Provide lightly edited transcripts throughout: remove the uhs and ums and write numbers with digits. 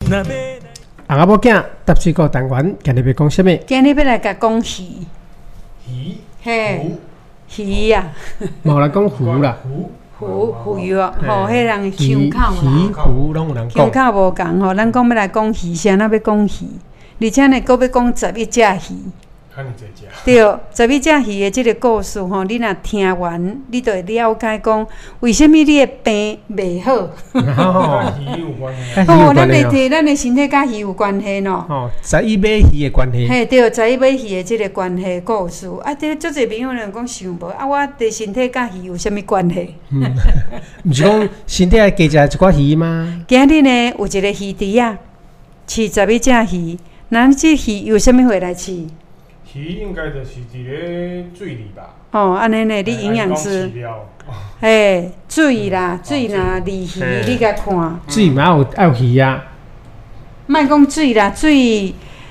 阿某囝搭4个单元，今日要讲什么？ 今日要来甲讲鱼，嘿，鱼啊， 无人讲鱼啦， 鱼哦，吼，迄人腔口啦， 鱼拢有人腔讲。 口无共吼，咱讲要来讲鱼，啥那要讲鱼，而且呢，佫要讲11只鱼。对，11只鱼的即个故事吼，你若听完，你就会了解讲为什么你的病袂好。 鱼有关系。 哦，咱的体，咱的身体甲鱼有关系喏。 哦，在伊买鱼的关系。 嘿，对，在伊买鱼的即个关系故事，啊，对，足侪朋友人讲想无，啊，我的身体甲鱼有啥物关系？ 毋是讲身体爱加食一寡鱼吗？ 今日呢，有一个鱼池啊，饲11只鱼，咱即鱼由啥物回来饲？ 鱼应该就是伫咧水里吧。 哦，安尼呢，你营养师，嘿，水啦，水啦，离鱼，你甲看。 水嘛爱有鱼啊。 莫讲水啦，水，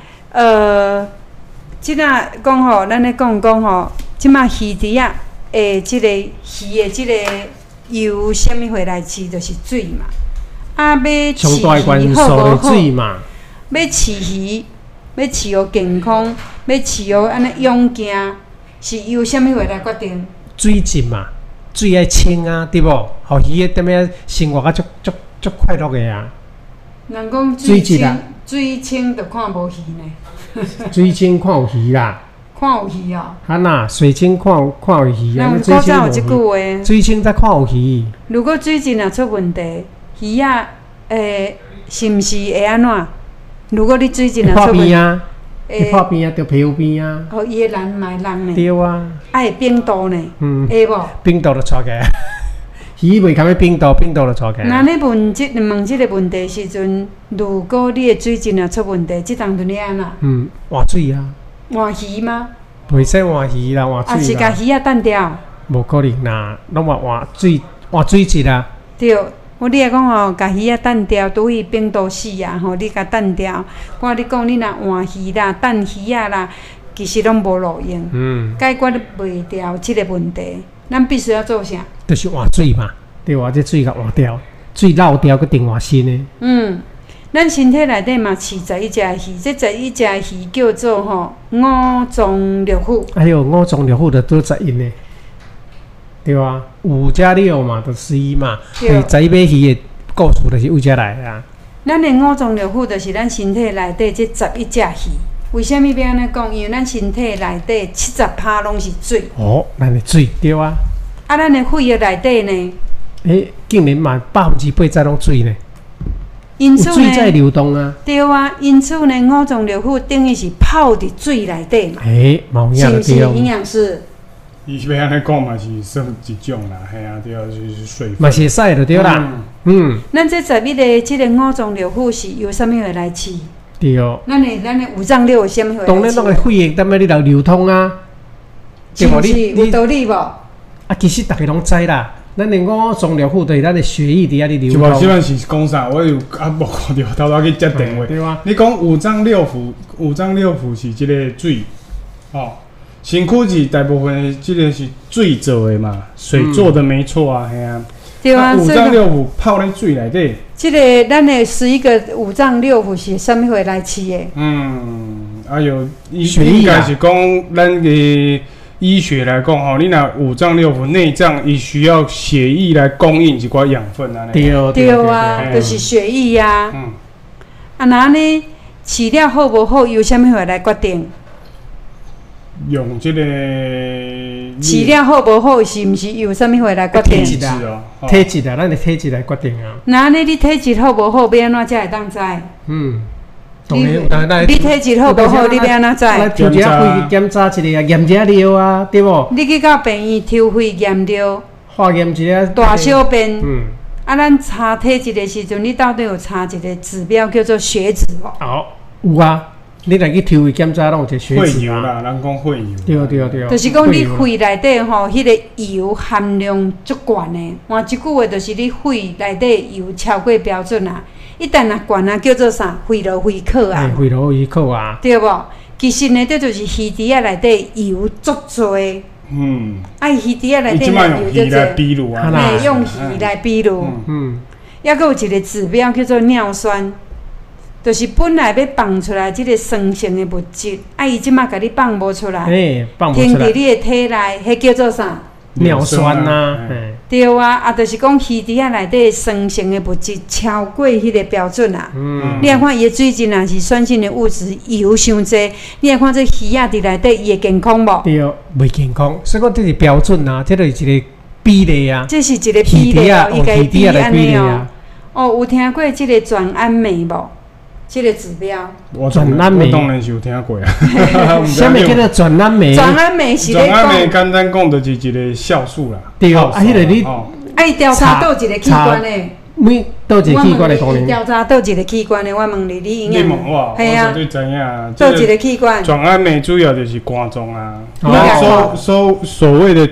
即仔讲吼，咱咧讲吼，即马鱼池啊，即个鱼的即个由啥物回来饲，就是水嘛。啊，要饲鱼好无好？要饲鱼。要饲互健康，要饲互安尼勇健，是由啥物话来决定？ 水质嘛，水爱清啊，对无？互鱼踮咧生活足快乐的啊。 人讲水清，水清就看无鱼呢。 水清看有鱼啦。 看有鱼哦。哈呐，水清看有鱼啊。 古早有即句话。 水清才看有鱼。 如果水质若出问题，鱼啊，是毋是会安怎？如果你水质若出问题， 会破边啊，着皮肤边啊。 哦，伊会烂卖烂呢。对啊。 会冰毒呢。会无？ 冰毒就出起来。鱼袂堪要冰毒就出起来。 那你问即个问题时阵，如果你的水质若出问题，即当阵你安怎？ 换水啊。 换鱼吗？ 袂使换鱼啦，换水啦。 啊，是甲鱼啊单掉？ 无可能啦，拢换水质啊。 对。你来讲吼，甲鱼啊等掉，拄去冰毒死啊吼，你甲等掉。我你讲，你若换鱼啦、等鱼啊啦，其实拢无路用。解决袂掉即个问题，咱必须要做啥？ 就是换水嘛，对啊，这水甲换掉，水漏掉佮定换新的。 咱身体内底嘛饲11只鱼，这11只鱼叫做吼五脏六腑。 哎呦，五脏六腑就都在因呢。对啊，5加6嘛，就11嘛。所以在买鱼的故事就是为这来啊。 咱的五脏六腑就是咱身体内底这11只鱼。为什么要安尼讲？因为咱身体内底70%拢是水。 哦，咱的水对啊。 啊，咱的肺液内底呢？ 竟然嘛80%拢水呢。 因此呢， 水在流动啊。 对啊，因此呢，五脏六腑等于是泡伫水内底嘛。 冇影是不是营养师？ 伊要安尼讲嘛，是算一种啦，系啊，对啊，就是水分。 嘛是会使就对啦。 咱这11个即个五脏六腑是由啥物会来饲？ 对哦。 咱的五脏六有啥物会来饲？ 当然，咱个血液踮咧你流通啊。 是不是有道理无？ 啊，其实大家拢知啦，咱的五脏六腑就是咱的血液伫遐咧流通。 就无是讲啥，我有无看到，偷去接电话。 对啊。 你讲五脏六腑是即个水，哦。身躯是大部分即个是水做的嘛，水做的没错啊，系啊。 对啊， 五脏六腑泡在水内底。 即个咱的11个五脏六腑是啥物会来饲的？ 应该是讲咱的医学来讲吼，你若五脏六腑内脏，伊需要血液来供应一寡养分啊。 对啊，就是血液啊。那呢饲了好无好，由啥物会来决定？ 用这个饲了好无好，是毋是由啥物话来决定？ 体质啊，体质啊，咱的体质来决定啊。 那你体质好无好，要安怎才会当知？ 你体质好无好，你要安怎知？ 来抽一下肺检查一下，验一下尿啊，对无？ 你去到病院抽肺验尿， 化验一下大小便。咱查体质的时阵，你到底有查一个指标叫做血脂无？ 有啊。你若去抽血检查，拢有一个血脂啦，人讲血油。 对。 就是讲你肺内底吼，迄个油含量足悬的。换一句话，就是你肺内底油超过标准啊！一旦若悬啊，叫做啥？肺癆肺渴啊。 肺癆肺渴啊。 对无？其实呢，这就是鱼池仔内底油足多。鱼池仔内底油足多。用鱼来比如。抑佫有一个指标叫做尿酸。 就是本来要放出来即个酸性的物质，伊即马甲你放无出来， 放无出来， 停伫你的体内，迄叫做啥？ 尿酸啊， 对啊，就是讲鱼池仔内底酸性的物质超过迄个标准啊。你来看伊的水质若是酸性的物质油伤济，你来看这鱼仔伫内底伊会健康无？ 对，袂健康。所以讲这是标准啊，这就是一个比例啊。 这是一个比例哦，伊家比安尼哦。哦，有听过这个转氨酶无？这个指标。 转氨酶， 我当然是有听过啊。 什么叫做转氨酶？ 转氨酶是咧讲。 转氨酶简单讲就是一个酵素啦。 对，迄个你伊调查倒一个器官的？ 每倒一个器官的功能？ 调查倒一个器官的？我问你，你营养？ 你问我，我绝对知影。 倒一个器官？ 转氨酶主要就是肝脏啊。所谓的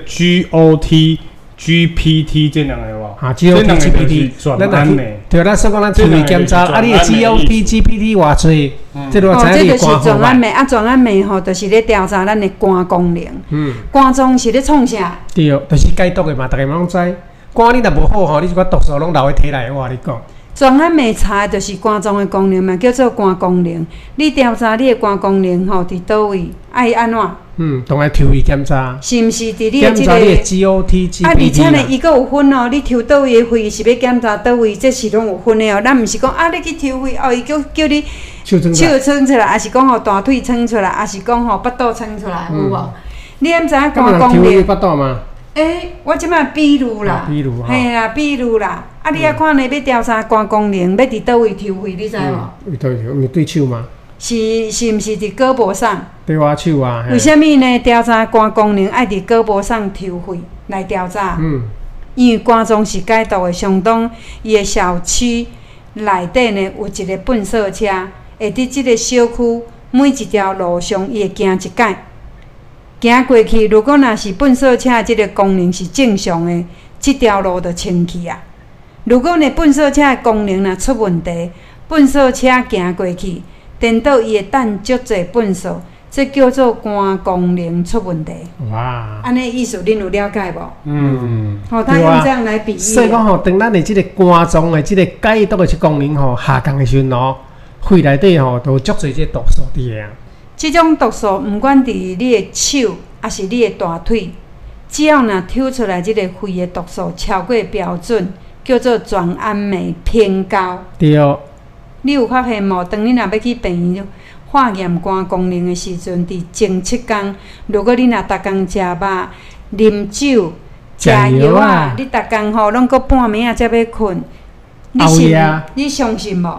GOT、GPT 这两个有无？ 这两个就是转氨酶。 对，咱说讲咱体位检查，你的 GOT、GPT 偌侪，这都知影你肝好转氨酶，转氨酶吼，就是咧调查咱的肝功能。肝脏是咧创啥？ 对，就是解毒的嘛，大家拢知。肝你若无好吼，你即个毒素拢留喺体内，我跟你讲。 转氨酶查的就是肝脏的功能嘛，叫做肝功能。你调查你的肝功能吼，伫倒位？爱安怎？ 当然体位检查。 是毋是伫你的检查你的 GOT、GPT 而且呢，伊佫有分哦。你抽倒位的肺是要检查倒位，这是拢有分的哦。咱毋是讲你去抽肺伊叫你手撑出来，还是讲大腿撑出来，还是讲腹肚撑出来，有无？你毋知影肝功能？ 腹肚吗？ 我即摆比如啦，嘿啦，比如啦。你遐看呢？要调查肝功能，要伫倒位抽肺，你知无？ 对手吗？ 是毋是伫胳膊上？ 对我手啊。 为什么呢？调查肝功能爱伫胳膊上抽肺来调查？因为肝脏是解毒的相当，伊的小区内底呢有一个粪扫车，会伫即个小区每一条路上，伊会行一界。行过去，如果若是粪扫车即个功能是正常的，即条路就清去啊。如果呢粪扫车的功能若出问题，粪扫车行过去，颠倒伊会等足侪粪扫，这叫做肝功能出问题。 哇！ 安尼意思恁有了解无？他用这样来比喻。 所以讲吼，当咱的即个肝脏的即个解毒的即功能吼下降的时阵哦，肺内底吼都有足侪即毒素伫个啊。 即种毒素，毋管伫你的手，还是你的大腿，只要若抽出来即个肺的毒素超过标准，叫做转氨酶偏高。对。你有发现无？当你若要去病院化验肝功能的时阵，伫前7天，如果你若逐工食肉、啉酒、食药啊，你逐工吼拢搁半暝才要困，你相信无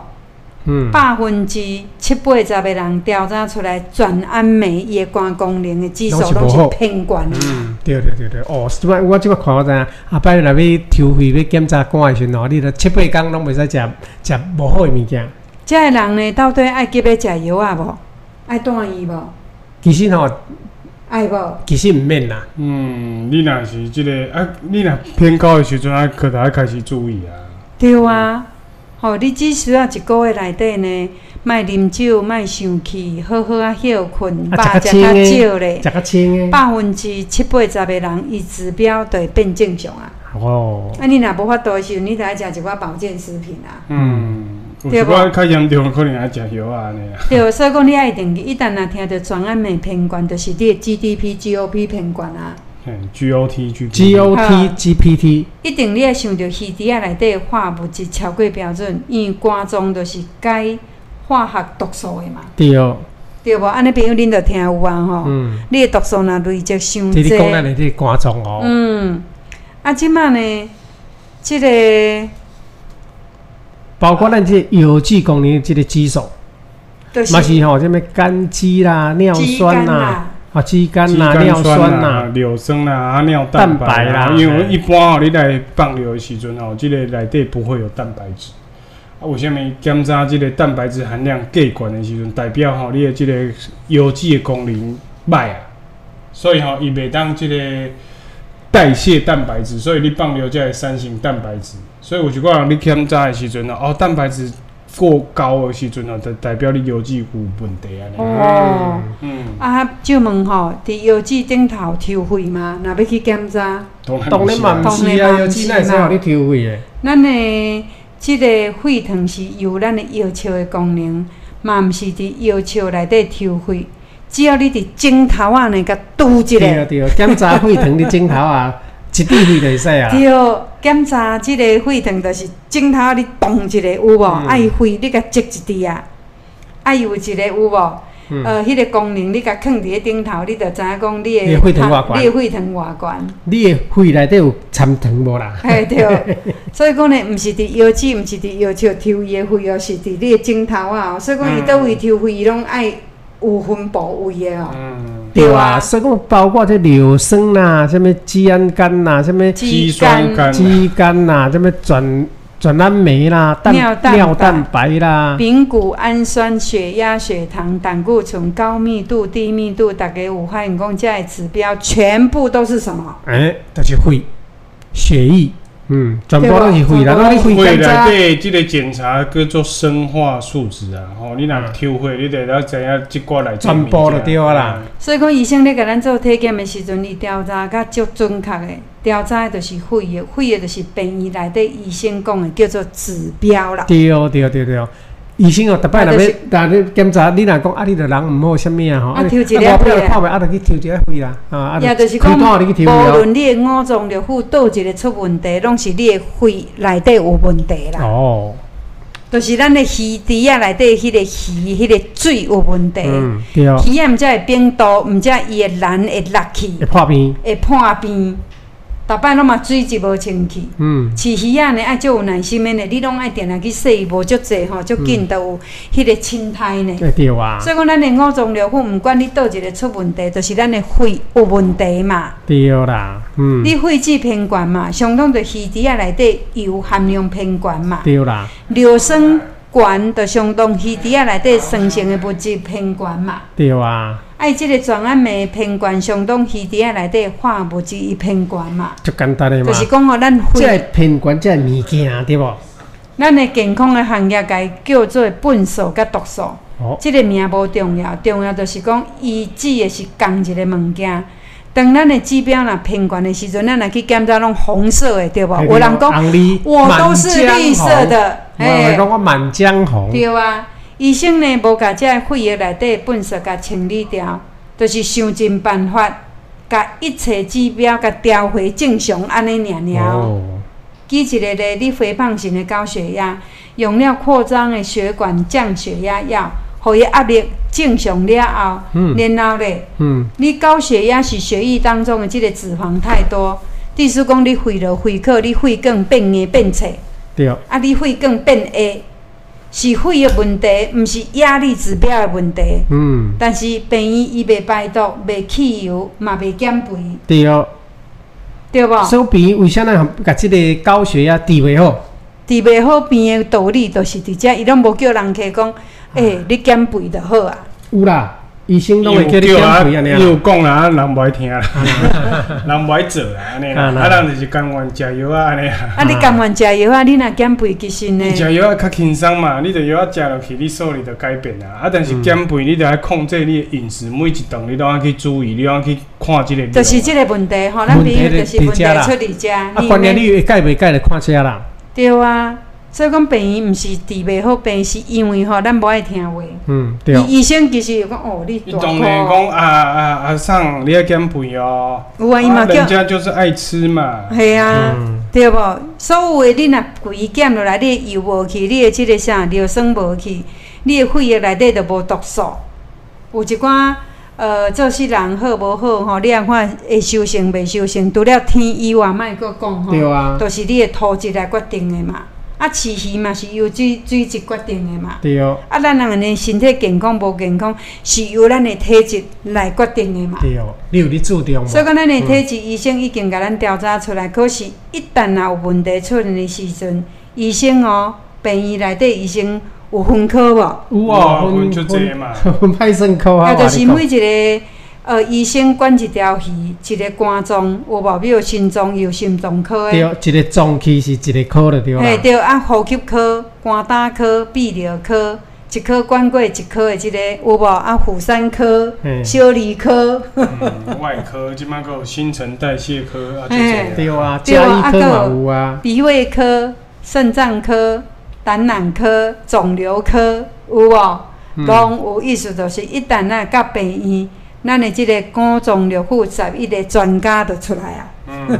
？70%-80%的人调查出来转氨酶伊的肝功能的指数拢是偏悬的。 对。哦，我即摆看我知影，后摆若要抽肺要检查肝的时阵，你著7-8天拢袂使食无好的物件。 这个人呢，到底爱急要食药啊无？爱住院无？ 其实吼， 爱无？ 其实毋免啦。 你若是即个你若偏高的时阵，可能开始注意啊。 对啊。你只需要1个月内底呢，莫啉酒，莫生气，好好休困，肉食较少咧， 食较清的。 70%-80%的人，伊指标就会变正常啊。你若无法度的时候，你就爱食一寡保健食品啊。 对无？有较严重，可能爱食药啊安尼啊。 对，所以讲你爱定记，一旦若听到转氨酶偏悬，就是你的 GDP、GOP 偏悬啊。 GOT、GPT， 一定你会想到鱼池仔内底的化物质超过标准，因为肝脏就是解化学毒素的嘛。对无？安尼朋友恁着听有啊吼。你的毒素若累积伤济。 你讲咱的这肝脏哦。 即摆呢，即个包括咱这药剂功能这个指数，嘛是吼，什么肝肌啦、尿酸啦。肌酐啦、尿酸啦、 硫酸啦、尿蛋白啦，因为一般你来放尿的时阵这个内底不会有蛋白质。为什么检查这个蛋白质含量过悬的时阵，代表你的这个药剂的功能歹啊，所以伊袂当这个代谢蛋白质，所以你放尿才会产生蛋白质。所以有一寡人你检查的时阵蛋白质过高的时阵就代表你药剂有问题就问伫药剂顶头抽血嘛？若要去检查， 当然嘛，毋是啊，药剂哪会使互你抽血的？ 咱的即个血糖是由咱的腰鞘的功能，嘛毋是伫腰鞘内底抽血。只要你伫枕头仔呢，甲拄一下。 对对，检查血糖伫枕头啊，一滴血就会使啊。 对，检查即个血糖，就是枕头仔你动一下有无？爱血你甲积一滴啊，爱有一个有无？迄个功能你甲放伫咧顶头，你就知影讲你的血糖偌悬， 你的血糖偌悬。 你的血内底有掺糖无啦？ 嘿对，所以讲呢，毋是伫腰子，毋是伫腰鞘抽伊的血哦，是伫你的枕头啊。所以讲伊倒位抽血，伊拢爱有分部位的哦。 对啊，所以讲包括这硫酸啦，什么肌氨酐啦，什么肌酐啦，什么转氨酶啦，尿蛋白啦， 丙谷氨酸、血压、血糖、胆固醇、高密度、低密度，大家有发现讲这些指标全部都是什么？ 就是血、血液，全部都是血啦。那你血内底这个检查叫做生化数值啊，吼，你若抽血，你得了知影这挂来全部就对啊啦。 所以讲，医生咧甲咱做体检的时阵，伊调查甲足准确的。调查的就是血的，血的就是病院内底医生讲的叫做指标啦。 对，医生哦，逐摆若要检查，你若讲啊，你着人毋好啥物啊吼， 抽一个血啦， 看袂就去抽一个血啦， 也就是讲，无论你的五脏六腑倒一个出问题，拢是你的血内底有问题啦。 哦， 就是咱的鱼池啊内底迄个鱼，迄个水有问题。 对。 鱼啊，毋则会冰冻，毋则伊的卵会落去， 会破边， 逐摆拢嘛水一无清气，饲鱼仔呢爱足有耐心的呢，你拢爱定定去洗，无足济吼，足紧就有迄个青苔呢。 对啊。 所以讲，咱的五脏六腑，毋管你倒一个出问题，就是咱的血有问题嘛。 对啦， 你血脂偏悬嘛，相当着鱼池仔内底油含量偏悬嘛。 对啦。 硫酸悬，就相当鱼池仔内底酸性的物质偏悬嘛。 对啊。 即个转氨酶偏悬，相当鱼池仔内底化物质伊偏悬嘛。 足简单的嘛。 就是讲吼，咱血这偏悬，这物件对无？ 咱的健康的行业，该叫做本数甲毒素。这个名无重要，重要就是讲，伊指的是同一个物件。当咱的指标若偏悬的时阵，咱若去检查拢红色的，对无？有人讲，我都是绿色的， 讲我满江红。 对啊。医生呢，无甲这血液内底本色甲清理掉，就是想尽办法，甲一切指标甲调回正常，安尼尔。举一个例，你肥胖型的高血压，用了扩张的血管降血压药，互伊压力正常了后，然后咧，你高血压是血液当中的这个脂肪太多，意思讲你肺了肺壳，你血管变硬变脆， 对， 你血管变下。是血的问题，毋是压力指标的问题。但是病院伊袂排毒，袂汽油，嘛袂减肥。对无？ 所以病院为啥呢？甲即个高血压治袂好？ 治袂好病的道理，就是伫遮，伊拢无叫人客讲，你减肥就好啊。 有啦。医生拢会叫你减肥安尼啊， 伊有讲啦，人无爱听啦，人无爱做啦，安尼啦，人就是甘愿食药啊，安尼啊。 你甘愿食药啊？你若减肥其实呢？ 食药啊较轻松嘛，你着药啊食落去，你数字就改变啦。但是减肥你着爱控制你的饮食，每一顿你都要去注意，你要去看即个。 就是即个问题吼，咱病院就是问题出伫遮。 关键你会改袂改就看遮啦。 对啊。所以讲病院毋是治袂好病，是因为吼咱无爱听话。 对。 医生其实讲你大当然讲阿桑，你爱减肥哦。 有啊，伊嘛叫。 人家就是爱吃嘛。 系啊，对无？所有的你若规减落来，你的油无去，你的即个啥硫酸无去，你的血液内底就无毒素。有一寡做事人好无好吼，你也看会修成袂修成，除了天以外，莫阁讲吼。 对啊。 都是你的土质来决定的嘛。饲鱼嘛是由水质决定的嘛。 对哦。 咱人的身体健康无健康，是由咱的体质来决定的嘛。 对哦。你有咧注重无？ 所以讲，咱的体质医生已经甲咱调查出来，可是，一旦若有问题出现的时阵，医生病院内底医生有分科无？ 有哦， 分就这嘛。 分派生科啊。 就是每一个。医生管一条鱼，一个肝脏，有无？比如心脏有心脏科的。 对，一个脏器是一个科就对啦。 嘿，对呼吸科、肝胆科、泌尿科，一科管过一科的这个有无？妇产科、小儿科。 外科，即摆阁有新陈代谢科啊， 对啊，加医科嘛有啊。 鼻胃科、肾脏科、 感染科、肿瘤科有无？拢有意思，就是一旦咱甲病院，咱的即个肝脏六腑11个专家就出来啊。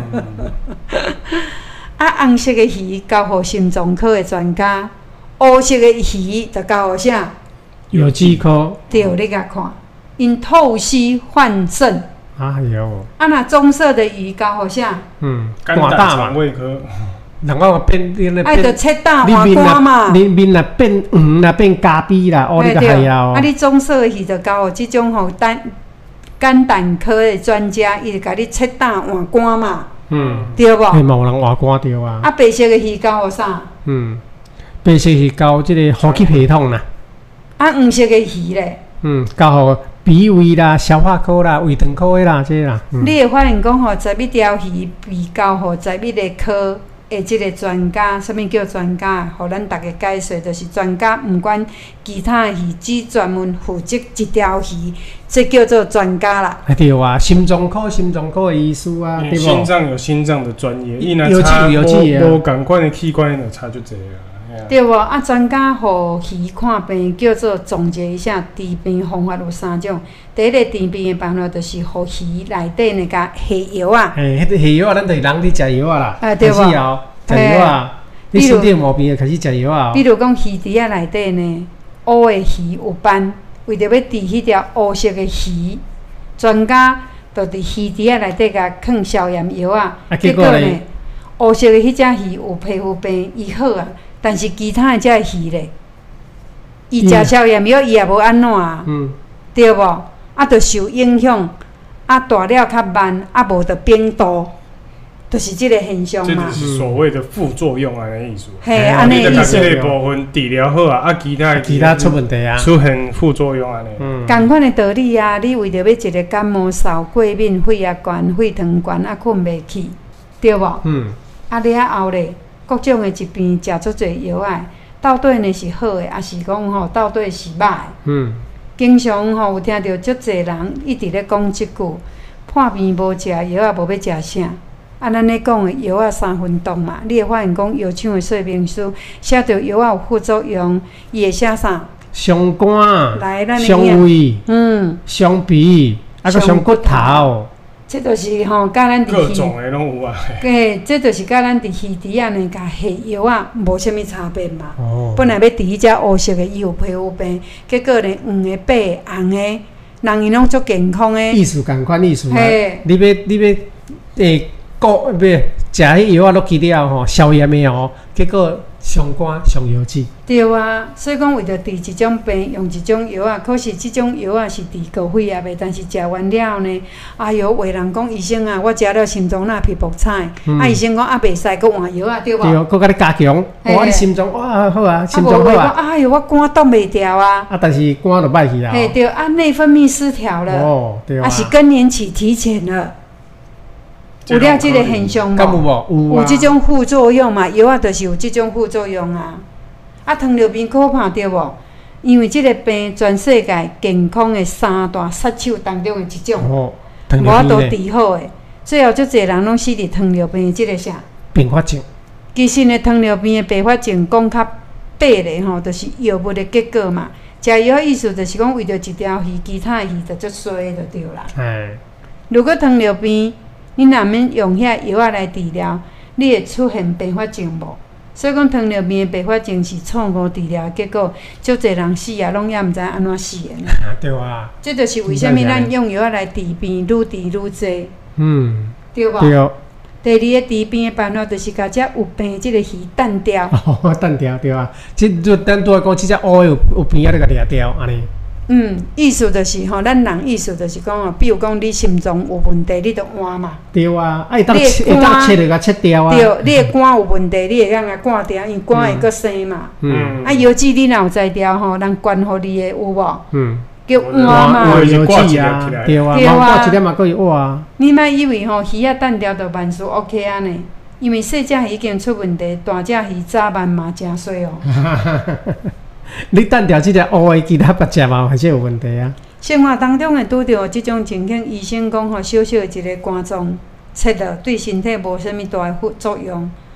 啊，红色的鱼交互心脏科的专家，乌色的鱼就交互啥？ 有机科。 对，你甲看，因透析换肾。 哎呦！ 啊，那棕色的鱼交互啥？ 肝胆肠胃科。 人讲变变爱着切大换肝嘛。 你面若变黄啦，变咖啡啦，哦，你个系啊！ 啊，你棕色的鱼就交互即种吼肝胆科的专家，伊就甲你切大换肝嘛。对无？ 嘿，嘛有人换肝对啊。 啊，白色的鱼交互啥？ 白色是交即个呼吸系统啦。 啊，黄色的鱼咧？ 交互脾胃啦、消化科啦、胃肠科的啦，这啦。 你会发现讲吼，11条鱼被交互11个科的即个专家，啥物叫专家？互咱大家解说，就是专家，毋管其他鱼，只专门负责一条鱼，这叫做专家啦。 对啊，心脏科的医师啊，对无？ 心脏有心脏的专业， 有记啊， 无共款的器官就差足济啊。 对无？啊，专家互鱼看病，叫做总结一下，治病方法有3种。第一个治病的办法，就是互鱼内底那个下药啊。 迄个下药啊，咱就是人伫食药啊啦。 对无？ 食药啊，你身体有毛病开始食药啊。 比如讲鱼池仔内底呢，乌的鱼有斑，为着要治迄条乌色的鱼，专家就伫鱼池仔内底甲放消炎药啊。结果呢，乌色的迄只鱼有皮肤病伊好啊。但是其他的只鱼咧，伊食消炎药伊也无安怎啊，对无？啊，着受影响，啊大了较慢，啊无着冰度，就是即个现象嘛。 这就是所谓的副作用安尼意思。 嘿，安尼意思。 这个部分治疗好啊，啊其他出问题啊， 出现副作用安尼。 同款的道理啊，你为着要一个感冒扫过敏、血压悬、血糖悬，啊困袂去，对无？啊了后咧。各种的疾病食足侪药啊，到底呢是好的，还是讲吼到底是歹的？经常吼有听到足侪人一直咧讲即句：破病无食药啊，无要食啥？啊，咱咧讲的药啊3分毒嘛，你会发现讲药厂的说明书写着药啊有副作用，伊会写啥？ 伤肝、 来，咱伤胃、伤脾，啊个伤骨头。 这就是吼，甲咱各种的拢有啊。 对，这就是甲咱伫鱼池仔呢，甲下药啊，无啥物差别嘛。本来要治迄只乌色的，伊有皮肤病，结果呢，黄的、白的、红的，人伊拢足健康的。 意思共款意思嘛。你要不食迄药啊，落去了吼，消炎的哦，结果伤肝伤腰子。 对啊，所以讲为着治一种病，用一种药啊，可是即种药啊是治高血压的，但是食完了呢，哎哟，话人讲医生啊，我食了心脏那皮薄菜，啊医生讲啊袂使搁换药啊，对无？ 对，搁甲你加强，哇，你心脏哇好啊，心脏好啊。 哎哟，我肝挡袂掉啊。 啊，但是肝就歹去啊。 嘿，对，啊内分泌失调了， 哦，对啊。 啊是更年期提前了。有了即个现象无？有即种副作用嘛？药啊，就是有即种副作用啊。啊，糖尿病可怕对无？因为即个病全世界健康的3大杀手当中的一种，无都治好的。最后足侪人拢死伫糖尿病的即个啥？ 并发症。 其实呢，糖尿病的并发症讲较白咧吼，就是药物的结果嘛。食药意思就是讲为着一条鱼，其他的鱼就足衰就对啦。如果糖尿病，你若免用遐药仔来治疗，你会出现并发症无？所以讲糖尿病的并发症是错误治疗，结果足侪人死啊，拢也毋知安怎死的呢。 对啊。 这就是为虾米咱用药仔来治病，愈治愈济。对无？ 对。 第二个治病的办法，就是甲只有病的即个鱼弹掉。 弹掉对啊。即就咱拄仔讲，即只乌有病啊，你甲掠掉安尼。 意思就是吼，咱人意思就是讲哦，比如讲你心脏有问题，你就换嘛。 对啊，会当切就甲切掉啊。 对，你的肝有问题，你会当甲割掉，因为肝会阁生嘛。啊，腰子你若有摘掉吼，人捐互你的有无？叫换嘛。 腰子啊，对啊，挂一点嘛，可以换啊。 你莫以为吼鱼啊弹掉就万事 OK 啊呢？因为细只鱼已经出问题，大只鱼早晚嘛真衰哦。 你弹掉即个乌的，其他别只嘛还是有问题啊。 生活当中会拄到即种情形，医生讲吼，小小的一个肝脏切了，对身体无啥物大的副作用，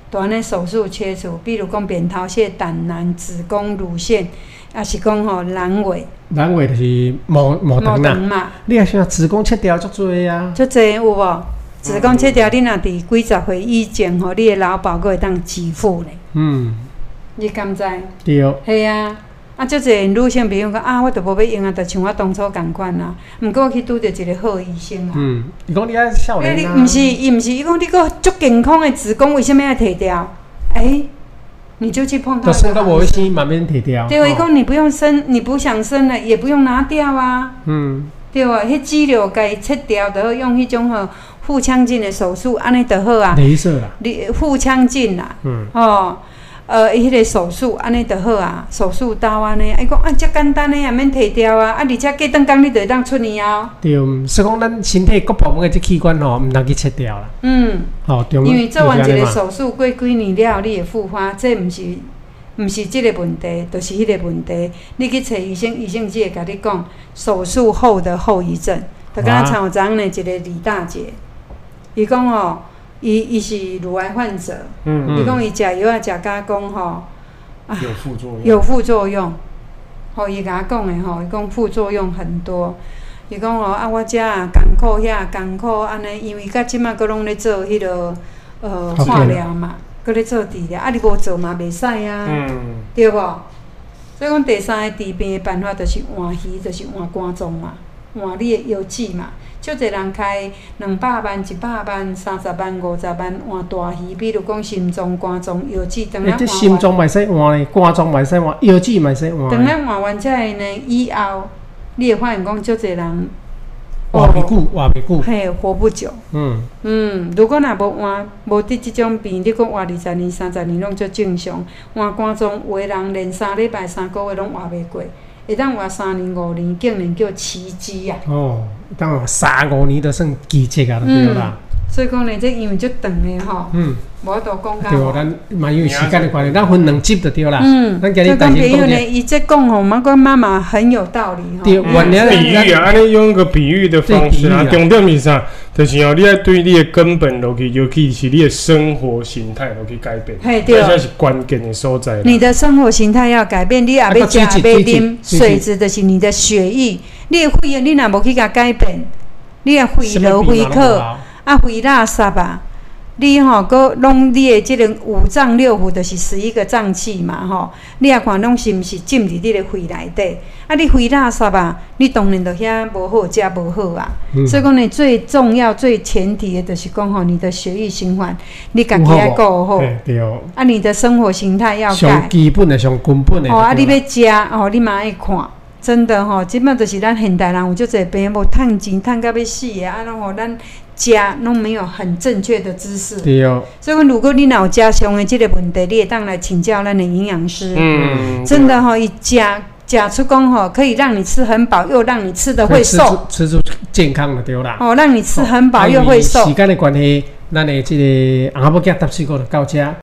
就安尼手术切除，比如讲扁桃腺、胆囊、子宫、乳腺，也是讲吼阑尾。 阑尾就是毛肠嘛。你也想子宫切掉足多啊？ 足多有无？子宫切掉，你若伫几十岁以前吼，你的劳保阁会当给付咧。你敢知？ 对。 系啊。啊，足侪女性朋友讲啊，我都无要用啊，就像我当初共款啊。毋过我去拄着一个好医生啊。 伊讲你爱少年啊。 毋是，伊讲你个足健康的子宫，为什么要摕掉？你就去碰它。 就生到无生，慢慢摕掉。 对，伊讲你不用生，你不想生了，也不用拿掉啊。对啊，迄肌瘤该切掉，就用迄种吼腹腔镜的手术，安尼就好啊。 镭射啦。 腹腔镜啦。迄个手术安尼就好啊，手术刀安尼，伊讲啊，遮简单的也免摕掉啊，而且过段工你就会当出院啊。 对，所以讲咱身体各部分的这器官吼，毋通去切掉啦。 因为做完一个手术过几年了，你会复发，这毋是这个问题，就是迄个问题。你去找医生，医生只会甲你讲手术后的后遗症。就敢若像有昨呢一个李大姐，伊讲吼。伊是乳癌患者，伊讲伊食药啊食甲讲吼， 有副作用， 有副作用，伊甲我讲的吼，伊讲副作用很多，伊讲吼啊，我遮啊艰苦遐艰苦安尼，因为甲即马佫拢咧做迄个化疗嘛，佫咧做治疗，啊你无做嘛袂使啊，对无？所以讲第三个治病的办法就是换鱼，就是换肝脏嘛，换你的药剂嘛。足侪人开200万、100万、30万、50万换大鱼，比如讲心脏、肝脏、药剂等下换。 心脏嘛使换咧，肝脏嘛使换，药剂嘛使换。 等下换完遮个呢以后，你会发现讲足侪人活袂久。 嘿，活不久。如果若无换，无得即种病，你讲活20年、30年拢足正常。换肝脏，有的人连3礼拜、3个月拢活袂过。会当活3年、5年，竟然叫奇迹啊！ 当活3、5年都算奇迹啊，对啦。 所以讲呢，这因为足长的吼，无法度讲到。 对，咱嘛因为时间的关系，咱分2集就对啦。 咱今日大家讲呢，伊这讲吼，妈妈妈很有道理吼。 对，比喻啊，安尼用个比喻的方式啊，重点是啥？就是哦，你要对你的根本落去，尤其是你的生活形态落去改变，这才是关键的所在。 你的生活形态要改变，你也要食，也要啉水质，就是你的血液。你的肺，你若无去甲改变，你的肺痨、肺壳啊、肺垃圾啊，你吼搁拢你的即个5脏6腑，就是11个脏器嘛吼。你也看拢是毋是浸伫你的肺内底？啊，你肺垃圾啊，你当然就遐无好，食无好啊。所以讲呢，最重要、最前提的就是讲吼，你的血液循环，你家己要顾好。 对。 啊，你的生活形态要改。 上基本的、上根本的。 啊，你要食你嘛爱看。真的吼，即摆就是咱现代人有足侪病，无趁钱趁到要死的，啊，拢互咱食拢没有很正确的知识。 对哦。 所以讲，如果你若有食上的即个问题，你会当来请教咱的营养师。真的吼，伊食出讲吼，可以让你吃很饱，又让你吃得会瘦。 吃出健康的对啦。 让你吃很饱又会瘦。 时间的关系，咱的即个阿母囝搭4个就到这。